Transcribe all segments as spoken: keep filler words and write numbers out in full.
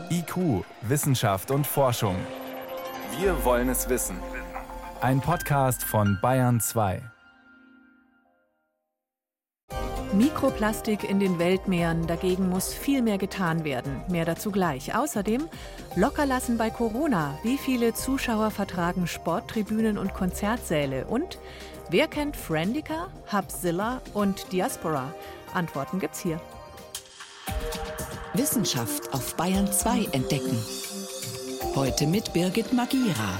I Q, Wissenschaft und Forschung. Wir wollen es wissen. Ein Podcast von Bayern zwei. Mikroplastik in den Weltmeeren, dagegen muss viel mehr getan werden. Mehr dazu gleich. Außerdem Lockerlassen bei Corona. Wie viele Zuschauer vertragen Sporttribünen und Konzertsäle? Und wer kennt Friendica, Hubzilla und Diaspora? Antworten gibt's hier. Wissenschaft auf Bayern zwei entdecken. Heute mit Birgit Magira.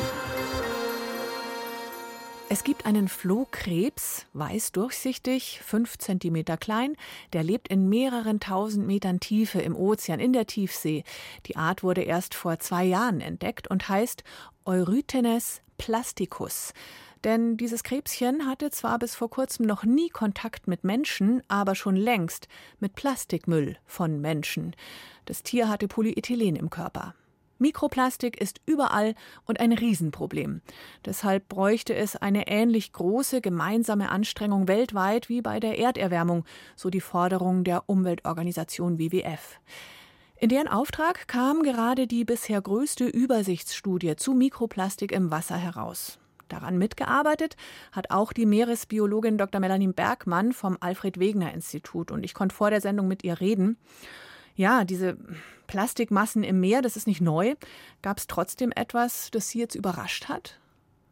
Es gibt einen Flohkrebs, weiß durchsichtig, fünf Zentimeter klein. Der lebt in mehreren tausend Metern Tiefe im Ozean, in der Tiefsee. Die Art wurde erst vor zwei Jahren entdeckt und heißt Eurythenes plasticus. Denn dieses Krebschen hatte zwar bis vor kurzem noch nie Kontakt mit Menschen, aber schon längst mit Plastikmüll von Menschen. Das Tier hatte Polyethylen im Körper. Mikroplastik ist überall und ein Riesenproblem. Deshalb bräuchte es eine ähnlich große gemeinsame Anstrengung weltweit wie bei der Erderwärmung, so die Forderung der Umweltorganisation W W F. In deren Auftrag kam gerade die bisher größte Übersichtsstudie zu Mikroplastik im Wasser heraus. Daran mitgearbeitet hat auch die Meeresbiologin Doktor Melanie Bergmann vom Alfred-Wegener-Institut. Und ich konnte vor der Sendung mit ihr reden. Ja, diese Plastikmassen im Meer, das ist nicht neu. Gab es trotzdem etwas, das Sie jetzt überrascht hat?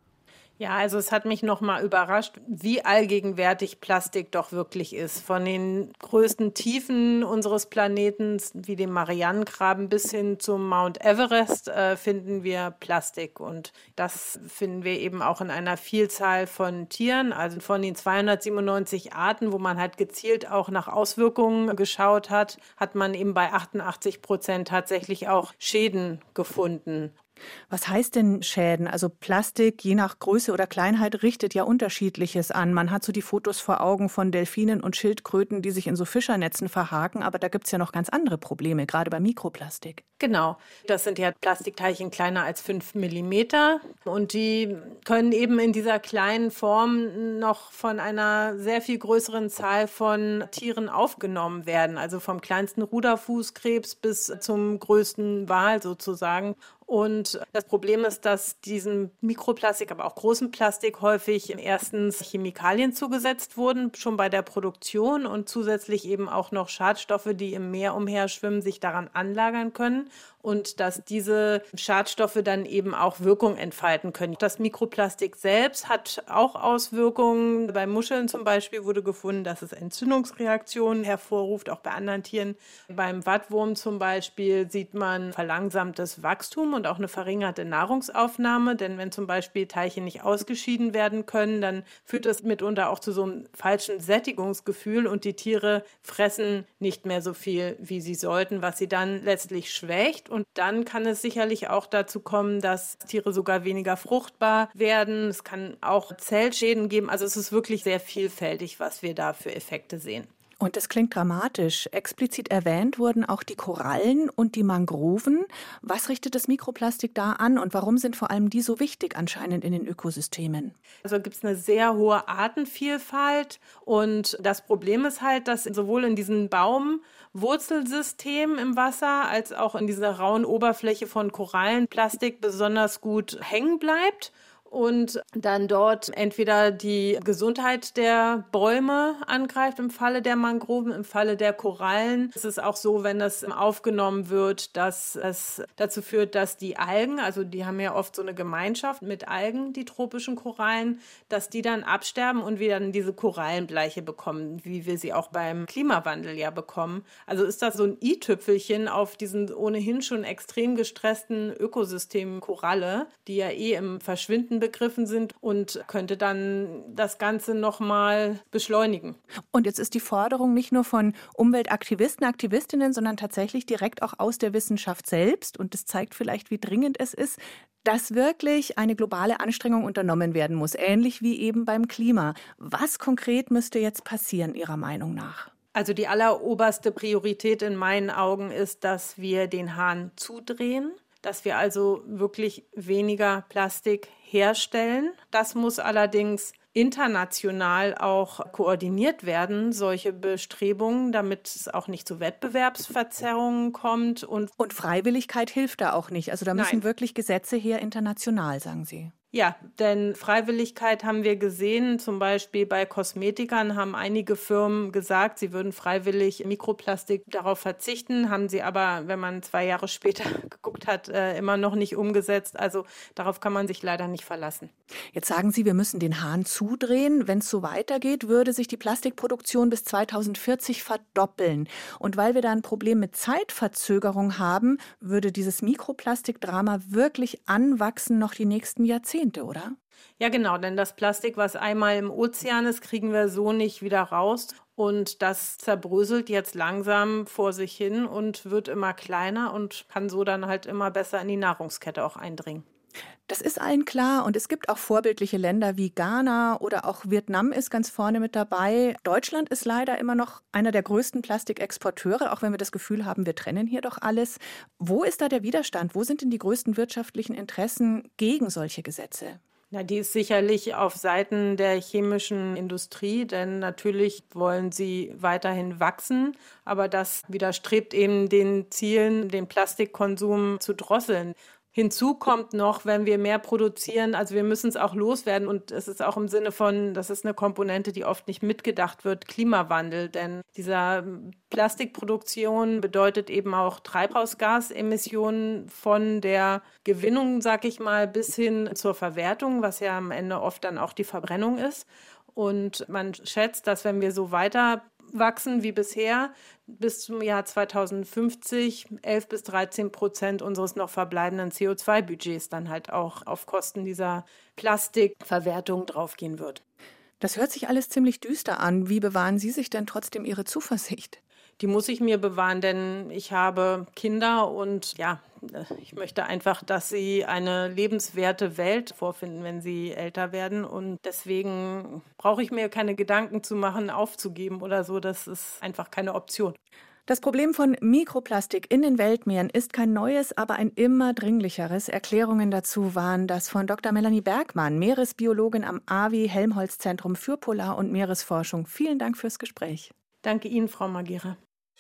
Ja, also es hat mich nochmal überrascht, wie allgegenwärtig Plastik doch wirklich ist. Von den größten Tiefen unseres Planeten, wie dem Marianengraben bis hin zum Mount Everest, äh, finden wir Plastik. Und das finden wir eben auch in einer Vielzahl von Tieren. Also von den zweihundertsiebenundneunzig Arten, wo man halt gezielt auch nach Auswirkungen geschaut hat, hat man eben bei achtundachtzig Prozent tatsächlich auch Schäden gefunden. Was heißt denn Schäden? Also Plastik, je nach Größe oder Kleinheit, richtet ja Unterschiedliches an. Man hat so die Fotos vor Augen von Delfinen und Schildkröten, die sich in so Fischernetzen verhaken. Aber da gibt es ja noch ganz andere Probleme, gerade bei Mikroplastik. Genau, das sind ja Plastikteilchen kleiner als fünf Millimeter. Und die können eben in dieser kleinen Form noch von einer sehr viel größeren Zahl von Tieren aufgenommen werden. Also vom kleinsten Ruderfußkrebs bis zum größten Wal sozusagen. Und das Problem ist, dass diesem Mikroplastik, aber auch großem Plastik häufig erstens Chemikalien zugesetzt wurden, schon bei der Produktion und zusätzlich eben auch noch Schadstoffe, die im Meer umherschwimmen, sich daran anlagern können. Und dass diese Schadstoffe dann eben auch Wirkung entfalten können. Das Mikroplastik selbst hat auch Auswirkungen. Bei Muscheln zum Beispiel wurde gefunden, dass es Entzündungsreaktionen hervorruft, auch bei anderen Tieren. Beim Wattwurm zum Beispiel sieht man verlangsamtes Wachstum und auch eine verringerte Nahrungsaufnahme. Denn wenn zum Beispiel Teilchen nicht ausgeschieden werden können, dann führt das mitunter auch zu so einem falschen Sättigungsgefühl und die Tiere fressen nicht mehr so viel, wie sie sollten, was sie dann letztlich schwächt. Und dann kann es sicherlich auch dazu kommen, dass Tiere sogar weniger fruchtbar werden. Es kann auch Zellschäden geben. Also es ist wirklich sehr vielfältig, was wir da für Effekte sehen. Und das klingt dramatisch. Explizit erwähnt wurden auch die Korallen und die Mangroven. Was richtet das Mikroplastik da an und warum sind vor allem die so wichtig anscheinend in den Ökosystemen? Also gibt es eine sehr hohe Artenvielfalt und das Problem ist halt, dass sowohl in diesen Baumwurzelsystemen im Wasser als auch in dieser rauen Oberfläche von Korallen Plastik besonders gut hängen bleibt. Und dann dort entweder die Gesundheit der Bäume angreift im Falle der Mangroven, im Falle der Korallen. Es ist auch so, wenn das aufgenommen wird, dass es dazu führt, dass die Algen, also die haben ja oft so eine Gemeinschaft mit Algen, die tropischen Korallen, dass die dann absterben und wir dann diese Korallenbleiche bekommen, wie wir sie auch beim Klimawandel ja bekommen. Also ist das so ein i-Tüpfelchen auf diesen ohnehin schon extrem gestressten Ökosystem Koralle, die ja eh im Verschwinden begriffen sind und könnte dann das Ganze nochmal beschleunigen. Und jetzt ist die Forderung nicht nur von Umweltaktivisten, Aktivistinnen, sondern tatsächlich direkt auch aus der Wissenschaft selbst. Und das zeigt vielleicht, wie dringend es ist, dass wirklich eine globale Anstrengung unternommen werden muss, ähnlich wie eben beim Klima. Was konkret müsste jetzt passieren, Ihrer Meinung nach? Also die alleroberste Priorität in meinen Augen ist, dass wir den Hahn zudrehen, dass wir also wirklich weniger Plastik herstellen. Das muss allerdings international auch koordiniert werden, solche Bestrebungen, damit es auch nicht zu Wettbewerbsverzerrungen kommt. Und, und Freiwilligkeit hilft da auch nicht. Also da müssen Nein. wirklich Gesetze her international, sagen Sie. Ja, denn Freiwilligkeit haben wir gesehen, zum Beispiel bei Kosmetikern haben einige Firmen gesagt, sie würden freiwillig Mikroplastik darauf verzichten, haben sie aber, wenn man zwei Jahre später geguckt hat, immer noch nicht umgesetzt. Also darauf kann man sich leider nicht verlassen. Jetzt sagen Sie, wir müssen den Hahn zudrehen. Wenn es so weitergeht, würde sich die Plastikproduktion bis zweitausendvierzig verdoppeln. Und weil wir da ein Problem mit Zeitverzögerung haben, würde dieses Mikroplastikdrama wirklich anwachsen noch die nächsten Jahrzehnte, oder? Ja, genau, denn das Plastik, was einmal im Ozean ist, kriegen wir so nicht wieder raus. Und das zerbröselt jetzt langsam vor sich hin und wird immer kleiner und kann so dann halt immer besser in die Nahrungskette auch eindringen. Das ist allen klar und es gibt auch vorbildliche Länder wie Ghana oder auch Vietnam ist ganz vorne mit dabei. Deutschland ist leider immer noch einer der größten Plastikexporteure, auch wenn wir das Gefühl haben, wir trennen hier doch alles. Wo ist da der Widerstand? Wo sind denn die größten wirtschaftlichen Interessen gegen solche Gesetze? Na, die ist sicherlich auf Seiten der chemischen Industrie, denn natürlich wollen sie weiterhin wachsen, aber das widerstrebt eben den Zielen, den Plastikkonsum zu drosseln. Hinzu kommt noch, wenn wir mehr produzieren, also wir müssen es auch loswerden und es ist auch im Sinne von, das ist eine Komponente, die oft nicht mitgedacht wird, Klimawandel, denn dieser Plastikproduktion bedeutet eben auch Treibhausgasemissionen von der Gewinnung, sag ich mal, bis hin zur Verwertung, was ja am Ende oft dann auch die Verbrennung ist. Und man schätzt, dass wenn wir so weiter wachsen wie bisher, bis zum Jahr zweitausendfünfzig elf bis dreizehn Prozent unseres noch verbleibenden C O zwei Budgets dann halt auch auf Kosten dieser Plastikverwertung draufgehen wird. Das hört sich alles ziemlich düster an. Wie bewahren Sie sich denn trotzdem Ihre Zuversicht? Die muss ich mir bewahren, denn ich habe Kinder und ja, ich möchte einfach, dass sie eine lebenswerte Welt vorfinden, wenn sie älter werden. Und deswegen brauche ich mir keine Gedanken zu machen, aufzugeben oder so. Das ist einfach keine Option. Das Problem von Mikroplastik in den Weltmeeren ist kein neues, aber ein immer dringlicheres. Erklärungen dazu waren das von Doktor Melanie Bergmann, Meeresbiologin am A W I Helmholtz-Zentrum für Polar- und Meeresforschung. Vielen Dank fürs Gespräch. Danke Ihnen, Frau Magera.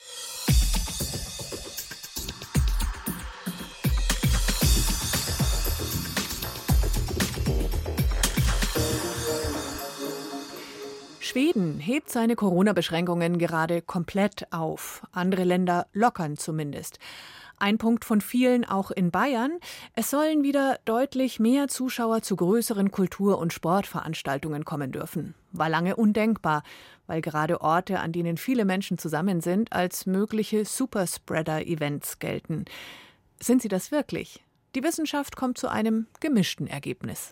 Schweden hebt seine Corona-Beschränkungen gerade komplett auf. Andere Länder lockern zumindest. Ein Punkt von vielen auch in Bayern. Es sollen wieder deutlich mehr Zuschauer zu größeren Kultur- und Sportveranstaltungen kommen dürfen. War lange undenkbar, weil gerade Orte, an denen viele Menschen zusammen sind, als mögliche Superspreader-Events gelten. Sind sie das wirklich? Die Wissenschaft kommt zu einem gemischten Ergebnis.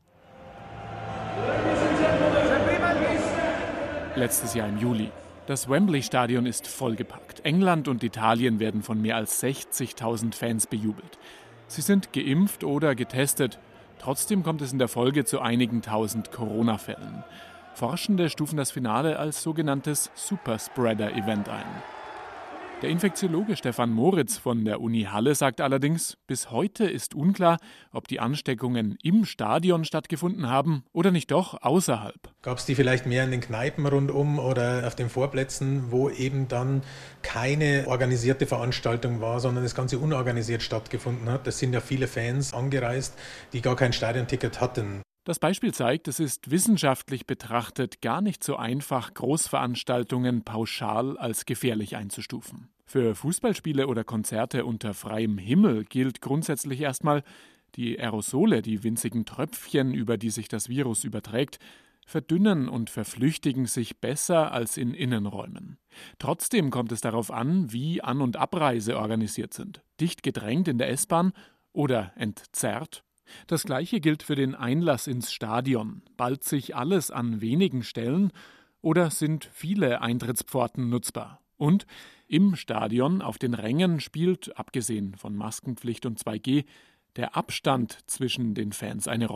Letztes Jahr im Juli. Das Wembley-Stadion ist vollgepackt. England und Italien werden von mehr als sechzigtausend Fans bejubelt. Sie sind geimpft oder getestet. Trotzdem kommt es in der Folge zu einigen tausend Corona-Fällen. Forschende stufen das Finale als sogenanntes Superspreader-Event ein. Der Infektiologe Stefan Moritz von der Uni Halle sagt allerdings, bis heute ist unklar, ob die Ansteckungen im Stadion stattgefunden haben oder nicht doch außerhalb. Gab es die vielleicht mehr in den Kneipen rundum oder auf den Vorplätzen, wo eben dann keine organisierte Veranstaltung war, sondern das Ganze unorganisiert stattgefunden hat? Das sind ja viele Fans angereist, die gar kein Stadionticket hatten. Das Beispiel zeigt, es ist wissenschaftlich betrachtet gar nicht so einfach, Großveranstaltungen pauschal als gefährlich einzustufen. Für Fußballspiele oder Konzerte unter freiem Himmel gilt grundsätzlich erstmal, die Aerosole, die winzigen Tröpfchen, über die sich das Virus überträgt, verdünnen und verflüchtigen sich besser als in Innenräumen. Trotzdem kommt es darauf an, wie An- und Abreise organisiert sind. Dicht gedrängt in der S-Bahn oder entzerrt. Das Gleiche gilt für den Einlass ins Stadion. Ballt sich alles an wenigen Stellen oder sind viele Eintrittspforten nutzbar? Und im Stadion auf den Rängen spielt, abgesehen von Maskenpflicht und zwei G, der Abstand zwischen den Fans eine Rolle.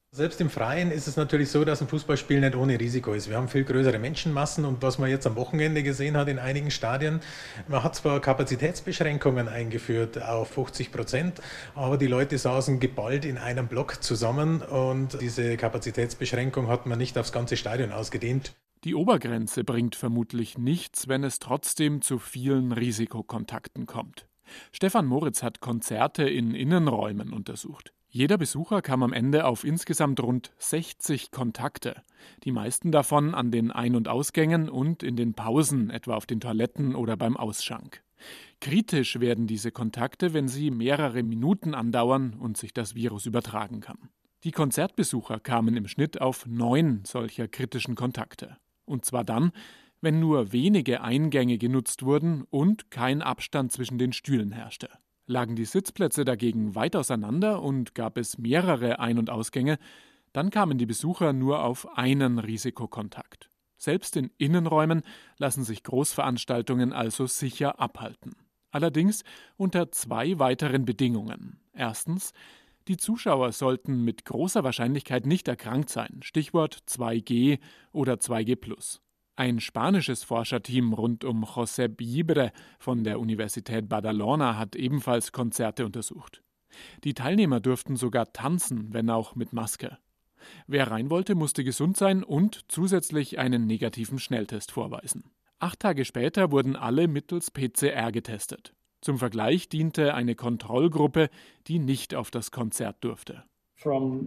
Selbst im Freien ist es natürlich so, dass ein Fußballspiel nicht ohne Risiko ist. Wir haben viel größere Menschenmassen und was man jetzt am Wochenende gesehen hat in einigen Stadien, man hat zwar Kapazitätsbeschränkungen eingeführt auf fünfzig Prozent, aber die Leute saßen geballt in einem Block zusammen und diese Kapazitätsbeschränkung hat man nicht aufs ganze Stadion ausgedehnt. Die Obergrenze bringt vermutlich nichts, wenn es trotzdem zu vielen Risikokontakten kommt. Stefan Moritz hat Konzerte in Innenräumen untersucht. Jeder Besucher kam am Ende auf insgesamt rund sechzig Kontakte. Die meisten davon an den Ein- und Ausgängen und in den Pausen, etwa auf den Toiletten oder beim Ausschank. Kritisch werden diese Kontakte, wenn sie mehrere Minuten andauern und sich das Virus übertragen kann. Die Konzertbesucher kamen im Schnitt auf neun solcher kritischen Kontakte. Und zwar dann, wenn nur wenige Eingänge genutzt wurden und kein Abstand zwischen den Stühlen herrschte. Lagen die Sitzplätze dagegen weit auseinander und gab es mehrere Ein- und Ausgänge, dann kamen die Besucher nur auf einen Risikokontakt. Selbst in Innenräumen lassen sich Großveranstaltungen also sicher abhalten. Allerdings unter zwei weiteren Bedingungen. Erstens, die Zuschauer sollten mit großer Wahrscheinlichkeit nicht erkrankt sein, Stichwort zwei G oder zwei G plus. Ein spanisches Forscherteam rund um Josep Llibre von der Universität Badalona hat ebenfalls Konzerte untersucht. Die Teilnehmer durften sogar tanzen, wenn auch mit Maske. Wer rein wollte, musste gesund sein und zusätzlich einen negativen Schnelltest vorweisen. Acht Tage später wurden alle mittels P C R getestet. Zum Vergleich diente eine Kontrollgruppe, die nicht auf das Konzert durfte. Von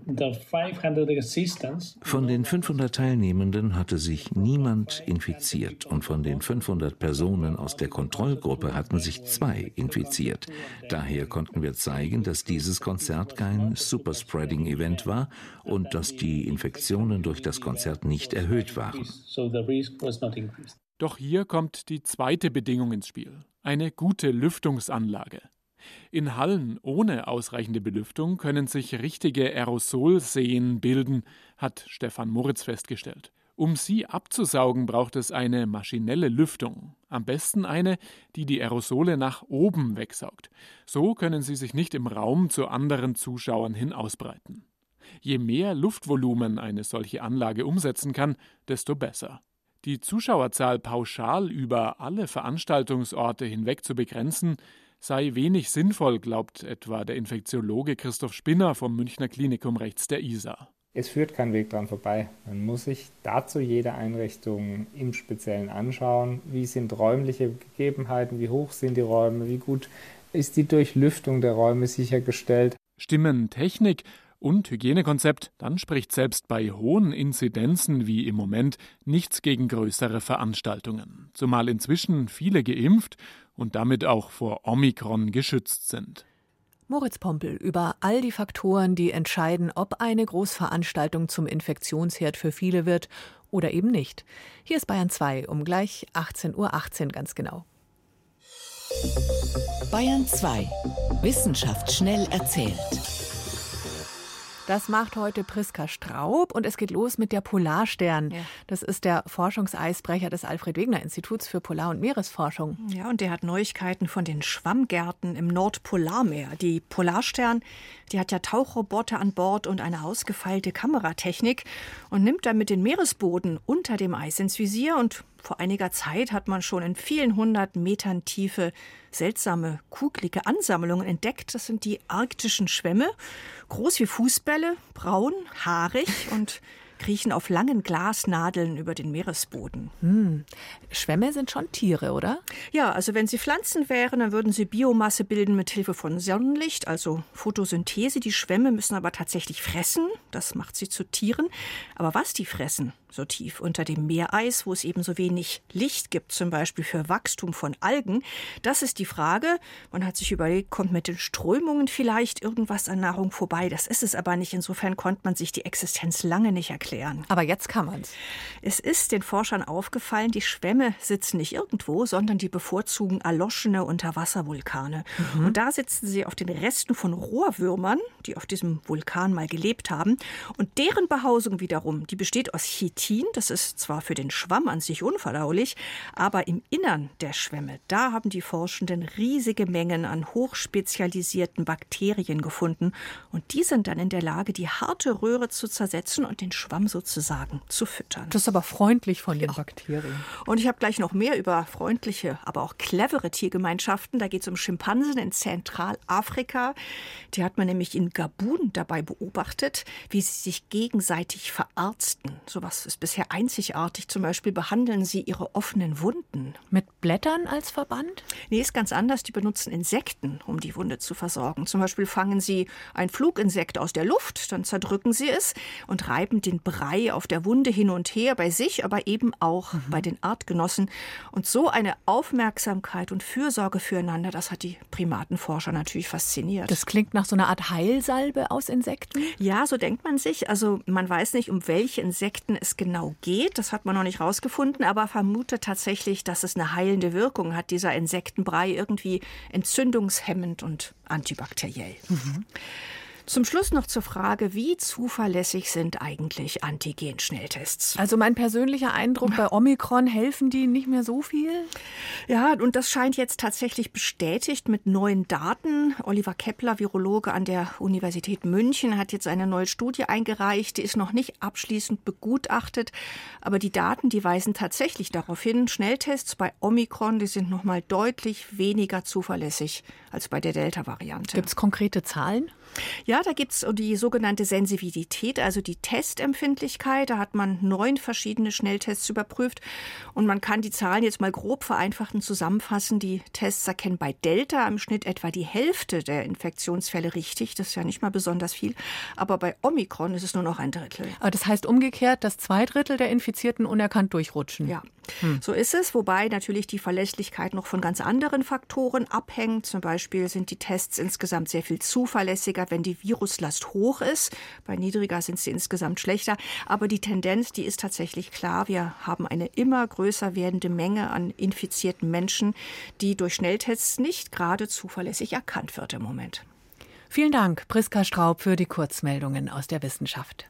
den fünfhundert Teilnehmenden hatte sich niemand infiziert und von den fünfhundert Personen aus der Kontrollgruppe hatten sich zwei infiziert. Daher konnten wir zeigen, dass dieses Konzert kein Superspreading-Event war und dass die Infektionen durch das Konzert nicht erhöht waren. Doch hier kommt die zweite Bedingung ins Spiel: eine gute Lüftungsanlage. In Hallen ohne ausreichende Belüftung können sich richtige Aerosolseen bilden, hat Stefan Moritz festgestellt. Um sie abzusaugen, braucht es eine maschinelle Lüftung. Am besten eine, die die Aerosole nach oben wegsaugt. So können sie sich nicht im Raum zu anderen Zuschauern hin ausbreiten. Je mehr Luftvolumen eine solche Anlage umsetzen kann, desto besser. Die Zuschauerzahl pauschal über alle Veranstaltungsorte hinweg zu begrenzen, sei wenig sinnvoll, glaubt etwa der Infektiologe Christoph Spinner vom Münchner Klinikum rechts der Isar. Es führt kein Weg dran vorbei. Man muss sich dazu jede Einrichtung im Speziellen anschauen. Wie sind räumliche Gegebenheiten, wie hoch sind die Räume, wie gut ist die Durchlüftung der Räume sichergestellt. Stimmen Technik und Hygienekonzept, dann spricht selbst bei hohen Inzidenzen wie im Moment nichts gegen größere Veranstaltungen. Zumal inzwischen viele geimpft und damit auch vor Omikron geschützt sind. Moritz Pompel über all die Faktoren, die entscheiden, ob eine Großveranstaltung zum Infektionsherd für viele wird oder eben nicht. Hier ist Bayern zwei um gleich achtzehn Uhr achtzehn ganz genau. Bayern zwei. Wissenschaft schnell erzählt. Das macht heute Priska Straub und es geht los mit der Polarstern. Ja. Das ist der Forschungseisbrecher des Alfred-Wegener-Instituts für Polar- und Meeresforschung. Ja, und der hat Neuigkeiten von den Schwammgärten im Nordpolarmeer. Die Polarstern, die hat ja Tauchroboter an Bord und eine ausgefeilte Kameratechnik und nimmt damit den Meeresboden unter dem Eis ins Visier. Und vor einiger Zeit hat man schon in vielen hundert Metern Tiefe seltsame, kugelige Ansammlungen entdeckt. Das sind die arktischen Schwämme, groß wie Fußbälle, braun, haarig und kriechen auf langen Glasnadeln über den Meeresboden. Hm. Schwämme sind schon Tiere, oder? Ja, also wenn sie Pflanzen wären, dann würden sie Biomasse bilden mit Hilfe von Sonnenlicht, also Photosynthese. Die Schwämme müssen aber tatsächlich fressen, das macht sie zu Tieren. Aber was die fressen, so tief unter dem Meereis, wo es eben so wenig Licht gibt, zum Beispiel für Wachstum von Algen, das ist die Frage. Man hat sich überlegt, kommt mit den Strömungen vielleicht irgendwas an Nahrung vorbei? Das ist es aber nicht. Insofern konnte man sich die Existenz lange nicht erklären. Aber jetzt kann man's. Es ist den Forschern aufgefallen, die Schwämme sitzen nicht irgendwo, sondern die bevorzugen erloschene Unterwasservulkane. Mhm. Und da sitzen sie auf den Resten von Rohrwürmern, die auf diesem Vulkan mal gelebt haben. Und deren Behausung wiederum, die besteht aus Chitin Chitin. Das ist zwar für den Schwamm an sich unverdaulich, aber im Innern der Schwämme, da haben die Forschenden riesige Mengen an hochspezialisierten Bakterien gefunden. Und die sind dann in der Lage, die harte Röhre zu zersetzen und den Schwamm sozusagen zu füttern. Das ist aber freundlich von den ja. Bakterien. Und ich habe gleich noch mehr über freundliche, aber auch clevere Tiergemeinschaften. Da geht es um Schimpansen in Zentralafrika. Die hat man nämlich in Gabun dabei beobachtet, wie sie sich gegenseitig verarzten. Sowas ist bisher einzigartig. Zum Beispiel behandeln sie ihre offenen Wunden. Mit Blättern als Verband? Nee, ist ganz anders. Die benutzen Insekten, um die Wunde zu versorgen. Zum Beispiel fangen sie ein Fluginsekt aus der Luft, dann zerdrücken sie es und reiben den Brei auf der Wunde hin und her, bei sich, aber eben auch mhm. bei den Artgenossen. Und so eine Aufmerksamkeit und Fürsorge füreinander, das hat die Primatenforscher natürlich fasziniert. Das klingt nach so einer Art Heilsalbe aus Insekten? Ja, so denkt man sich. Also man weiß nicht, um welche Insekten es genau geht. Das hat man noch nicht rausgefunden, aber vermutet tatsächlich, dass es eine heilende Wirkung hat, dieser Insektenbrei, irgendwie entzündungshemmend und antibakteriell. Mhm. Zum Schluss noch zur Frage, wie zuverlässig sind eigentlich Antigen-Schnelltests? Also mein persönlicher Eindruck, bei Omikron helfen die nicht mehr so viel? Ja, und das scheint jetzt tatsächlich bestätigt mit neuen Daten. Oliver Kepler, Virologe an der Universität München, hat jetzt eine neue Studie eingereicht. Die ist noch nicht abschließend begutachtet, aber die Daten, die weisen tatsächlich darauf hin, Schnelltests bei Omikron, die sind noch mal deutlich weniger zuverlässig als bei der Delta-Variante. Gibt es konkrete Zahlen? Ja, da gibt es die sogenannte Sensitivität, also die Testempfindlichkeit. Da hat man neun verschiedene Schnelltests überprüft und man kann die Zahlen jetzt mal grob vereinfacht zusammenfassen. Die Tests erkennen bei Delta im Schnitt etwa die Hälfte der Infektionsfälle richtig. Das ist ja nicht mal besonders viel. Aber bei Omikron ist es nur noch ein Drittel. Aber das heißt umgekehrt, dass zwei Drittel der Infizierten unerkannt durchrutschen. Ja, hm. so ist es. Wobei natürlich die Verlässlichkeit noch von ganz anderen Faktoren abhängt. Zum Beispiel sind die Tests insgesamt sehr viel zuverlässiger, wenn die Viruslast hoch ist. Bei niedriger sind sie insgesamt schlechter. Aber die Tendenz, die ist tatsächlich klar. Wir haben eine immer größer werdende Menge an infizierten Menschen, die durch Schnelltests nicht gerade zuverlässig erkannt wird im Moment. Vielen Dank, Priska Straub, für die Kurzmeldungen aus der Wissenschaft.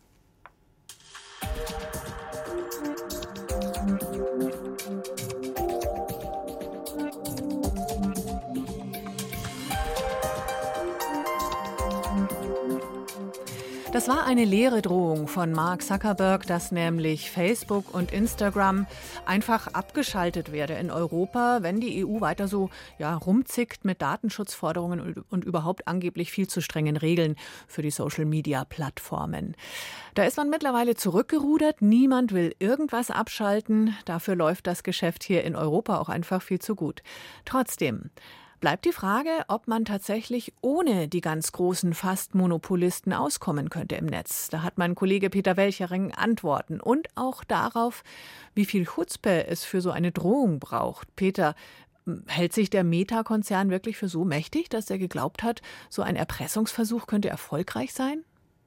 Das war eine leere Drohung von Mark Zuckerberg, dass nämlich Facebook und Instagram einfach abgeschaltet werde in Europa, wenn die E U weiter so ja, rumzickt mit Datenschutzforderungen und, und überhaupt angeblich viel zu strengen Regeln für die Social-Media-Plattformen. Da ist man mittlerweile zurückgerudert. Niemand will irgendwas abschalten. Dafür läuft das Geschäft hier in Europa auch einfach viel zu gut. Trotzdem bleibt die Frage, ob man tatsächlich ohne die ganz großen Fast-Monopolisten auskommen könnte im Netz. Da hat mein Kollege Peter Welchering Antworten und auch darauf, wie viel Chutzpe es für so eine Drohung braucht. Peter, hält sich der Meta-Konzern wirklich für so mächtig, dass er geglaubt hat, so ein Erpressungsversuch könnte erfolgreich sein?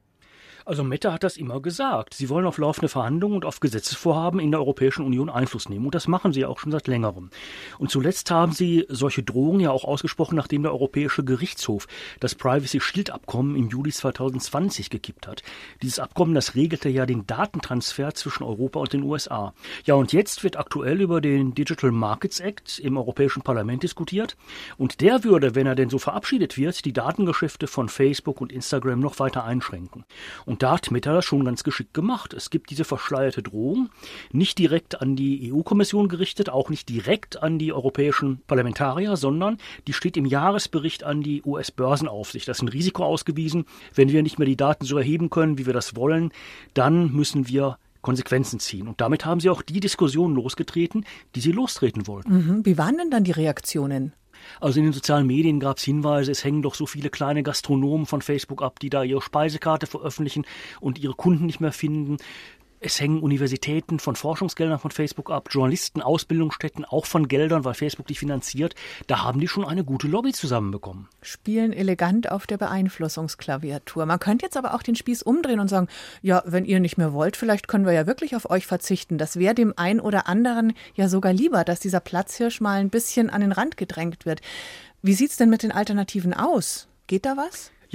Also Meta hat das immer gesagt. Sie wollen auf laufende Verhandlungen und auf Gesetzesvorhaben in der Europäischen Union Einfluss nehmen. Und das machen sie auch schon seit längerem. Und zuletzt haben sie solche Drohungen ja auch ausgesprochen, nachdem der Europäische Gerichtshof das Privacy Shield Abkommen im Juli zwanzig zwanzig gekippt hat. Dieses Abkommen, das regelte ja den Datentransfer zwischen Europa und den U S A. Ja, und jetzt wird aktuell über den Digital Markets Act im Europäischen Parlament diskutiert. Und der würde, wenn er denn so verabschiedet wird, die Datengeschäfte von Facebook und Instagram noch weiter einschränken. Und Und da hat Meta das schon ganz geschickt gemacht. Es gibt diese verschleierte Drohung, nicht direkt an die E U-Kommission gerichtet, auch nicht direkt an die europäischen Parlamentarier, sondern die steht im Jahresbericht an die U S-Börsenaufsicht. Das ist ein Risiko ausgewiesen. Wenn wir nicht mehr die Daten so erheben können, wie wir das wollen, dann müssen wir Konsequenzen ziehen. Und damit haben sie auch die Diskussion losgetreten, die sie lostreten wollten. Mhm. Wie waren denn dann die Reaktionen? Also in den sozialen Medien gab es Hinweise, es hängen doch so viele kleine Gastronomen von Facebook ab, die da ihre Speisekarte veröffentlichen und ihre Kunden nicht mehr finden. Es hängen Universitäten von Forschungsgeldern von Facebook ab, Journalisten, Ausbildungsstätten auch von Geldern, weil Facebook die finanziert. Da haben die schon eine gute Lobby zusammenbekommen. Spielen elegant auf der Beeinflussungsklaviatur. Man könnte jetzt aber auch den Spieß umdrehen und sagen, ja, wenn ihr nicht mehr wollt, vielleicht können wir ja wirklich auf euch verzichten. Das wäre dem einen oder anderen ja sogar lieber, dass dieser Platzhirsch mal ein bisschen an den Rand gedrängt wird. Wie sieht's denn mit den Alternativen aus? Geht da was?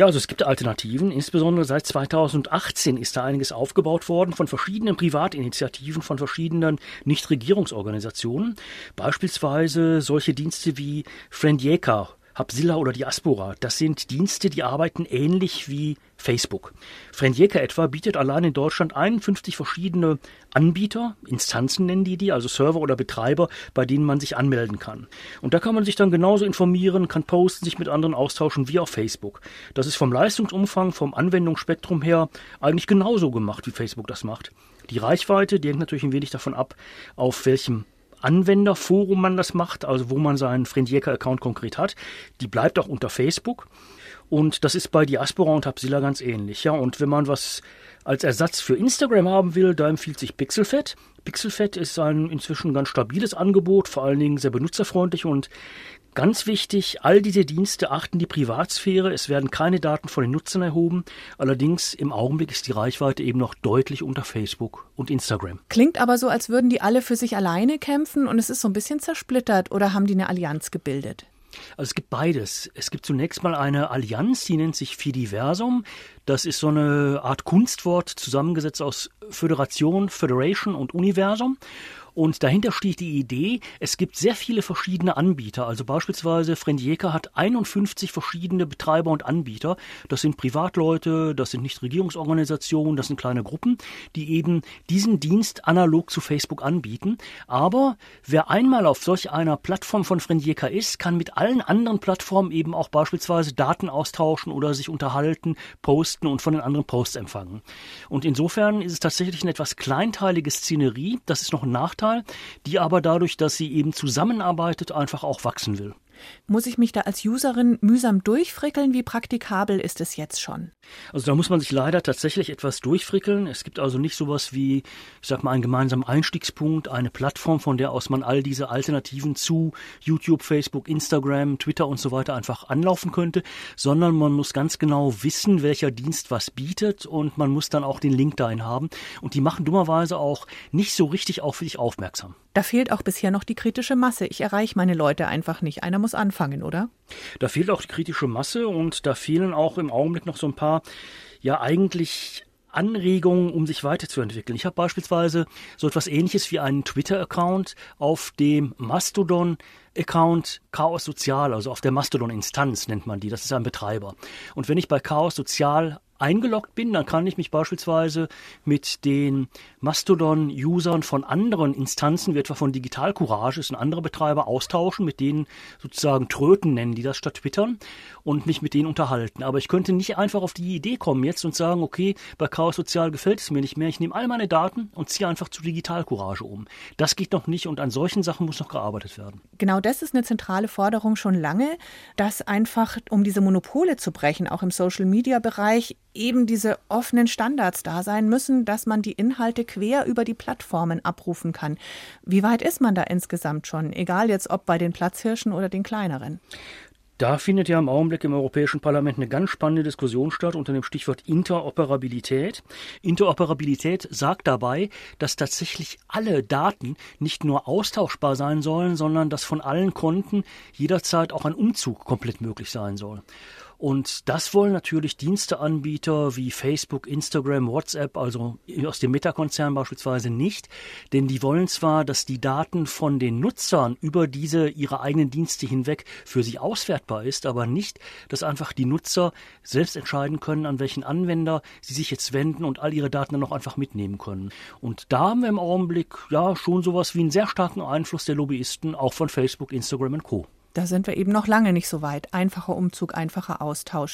Ja, also es gibt Alternativen. Insbesondere seit zweitausendachtzehn ist da einiges aufgebaut worden von verschiedenen Privatinitiativen, von verschiedenen Nichtregierungsorganisationen. Beispielsweise solche Dienste wie Friendieka, Hubzilla oder Diaspora. Das sind Dienste, die arbeiten ähnlich wie Facebook. Friendieka etwa bietet allein in Deutschland einundfünfzig verschiedene Anbieter, Instanzen nennen die die, also Server oder Betreiber, bei denen man sich anmelden kann. Und da kann man sich dann genauso informieren, kann posten, sich mit anderen austauschen wie auf Facebook. Das ist vom Leistungsumfang, vom Anwendungsspektrum her eigentlich genauso gemacht, wie Facebook das macht. Die Reichweite, die hängt natürlich ein wenig davon ab, auf welchem Anwenderforum man das macht, also wo man seinen Friendieka-Account konkret hat, die bleibt auch unter Facebook. Und das ist bei Diaspora und Hubzilla ganz ähnlich. Ja, und wenn man was als Ersatz für Instagram haben will, da empfiehlt sich Pixelfed. Pixelfed ist ein inzwischen ganz stabiles Angebot, vor allen Dingen sehr benutzerfreundlich und ganz wichtig, all diese Dienste achten die Privatsphäre. Es werden keine Daten von den Nutzern erhoben. Allerdings im Augenblick ist die Reichweite eben noch deutlich unter Facebook und Instagram. Klingt aber so, als würden die alle für sich alleine kämpfen und es ist so ein bisschen zersplittert. Oder haben die eine Allianz gebildet? Also es gibt beides. Es gibt zunächst mal eine Allianz, die nennt sich Fidiversum. Das ist so eine Art Kunstwort, zusammengesetzt aus Föderation, Federation und Universum. Und dahinter steht die Idee, es gibt sehr viele verschiedene Anbieter. Also beispielsweise Friendieka hat einundfünfzig verschiedene Betreiber und Anbieter. Das sind Privatleute, das sind Nichtregierungsorganisationen, das sind kleine Gruppen, die eben diesen Dienst analog zu Facebook anbieten. Aber wer einmal auf solch einer Plattform von Friendieka ist, kann mit allen anderen Plattformen eben auch beispielsweise Daten austauschen oder sich unterhalten, posten und von den anderen Posts empfangen. Und insofern ist es tatsächlich eine etwas kleinteilige Szenerie. Das ist noch ein Nachteil, die aber dadurch, dass sie eben zusammenarbeitet, einfach auch wachsen will. Muss ich mich da als Userin mühsam durchfrickeln? Wie praktikabel ist es jetzt schon? Also da muss man sich leider tatsächlich etwas durchfrickeln. Es gibt also nicht sowas wie, ich sag mal, einen gemeinsamen Einstiegspunkt, eine Plattform, von der aus man all diese Alternativen zu YouTube, Facebook, Instagram, Twitter und so weiter einfach anlaufen könnte, sondern man muss ganz genau wissen, welcher Dienst was bietet und man muss dann auch den Link dahin haben. Und die machen dummerweise auch nicht so richtig auf dich aufmerksam. Da fehlt auch bisher noch die kritische Masse. Ich erreiche meine Leute einfach nicht. Einer muss anfangen, oder? Da fehlt auch die kritische Masse und da fehlen auch im Augenblick noch so ein paar, ja eigentlich Anregungen, um sich weiterzuentwickeln. Ich habe beispielsweise so etwas Ähnliches wie einen Twitter-Account auf dem Mastodon-Account Chaos Sozial, also auf der Mastodon-Instanz nennt man die, das ist ein Betreiber. Und wenn ich bei Chaos Sozial eingeloggt bin, dann kann ich mich beispielsweise mit den Mastodon-Usern von anderen Instanzen, wie etwa von Digital Courage, ist ein anderer Betreiber, austauschen, mit denen sozusagen tröten, nennen die das statt twittern, und mich mit denen unterhalten. Aber ich könnte nicht einfach auf die Idee kommen jetzt und sagen, okay, bei Chaos Sozial gefällt es mir nicht mehr, ich nehme all meine Daten und ziehe einfach zu Digital Courage um. Das geht noch nicht und an solchen Sachen muss noch gearbeitet werden. Genau das ist eine zentrale Forderung schon lange, dass einfach, um diese Monopole zu brechen, auch im Social-Media-Bereich, eben diese offenen Standards da sein müssen, dass man die Inhalte quer über die Plattformen abrufen kann. Wie weit ist man da insgesamt schon? Egal jetzt, ob bei den Platzhirschen oder den kleineren. Da findet ja im Augenblick im Europäischen Parlament eine ganz spannende Diskussion statt unter dem Stichwort Interoperabilität. Interoperabilität sagt dabei, dass tatsächlich alle Daten nicht nur austauschbar sein sollen, sondern dass von allen Konten jederzeit auch ein Umzug komplett möglich sein soll. Und das wollen natürlich Diensteanbieter wie Facebook, Instagram, WhatsApp, also aus dem Meta-Konzern beispielsweise nicht. Denn die wollen zwar, dass die Daten von den Nutzern über diese ihre eigenen Dienste hinweg für sie auswertbar ist, aber nicht, dass einfach die Nutzer selbst entscheiden können, an welchen Anwender sie sich jetzt wenden und all ihre Daten dann auch einfach mitnehmen können. Und da haben wir im Augenblick ja schon sowas wie einen sehr starken Einfluss der Lobbyisten, auch von Facebook, Instagram und Co. Da sind wir eben noch lange nicht so weit. Einfacher Umzug, einfacher Austausch.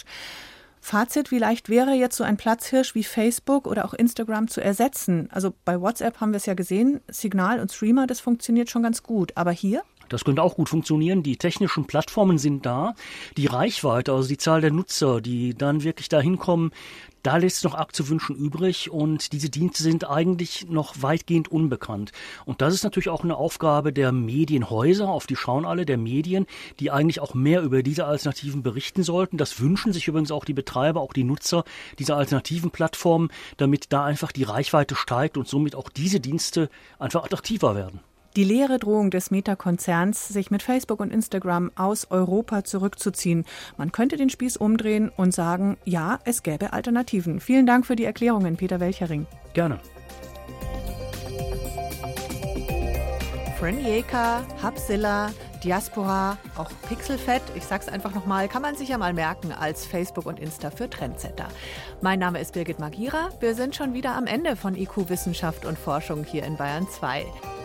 Fazit, wie leicht wäre jetzt so ein Platzhirsch wie Facebook oder auch Instagram zu ersetzen? Also bei WhatsApp haben wir es ja gesehen, Signal und Streamer, das funktioniert schon ganz gut. Aber hier? Das könnte auch gut funktionieren. Die technischen Plattformen sind da. Die Reichweite, also die Zahl der Nutzer, die dann wirklich dahin kommen, da lässt es noch arg zu wünschen übrig und diese Dienste sind eigentlich noch weitgehend unbekannt. Und das ist natürlich auch eine Aufgabe der Medienhäuser, auf die schauen alle, der Medien, die eigentlich auch mehr über diese Alternativen berichten sollten. Das wünschen sich übrigens auch die Betreiber, auch die Nutzer dieser alternativen Plattformen, damit da einfach die Reichweite steigt und somit auch diese Dienste einfach attraktiver werden. Die leere Drohung des Meta-Konzerns, sich mit Facebook und Instagram aus Europa zurückzuziehen. Man könnte den Spieß umdrehen und sagen, ja, es gäbe Alternativen. Vielen Dank für die Erklärungen, Peter Welchering. Gerne. Frenjeka, Hubzilla, Diaspora, auch Pixelfett, ich sag's einfach nochmal, kann man sich ja mal merken als Facebook und Insta für Trendsetter. Mein Name ist Birgit Magira, wir sind schon wieder am Ende von I Q Wissenschaft und Forschung hier in Bayern zwei.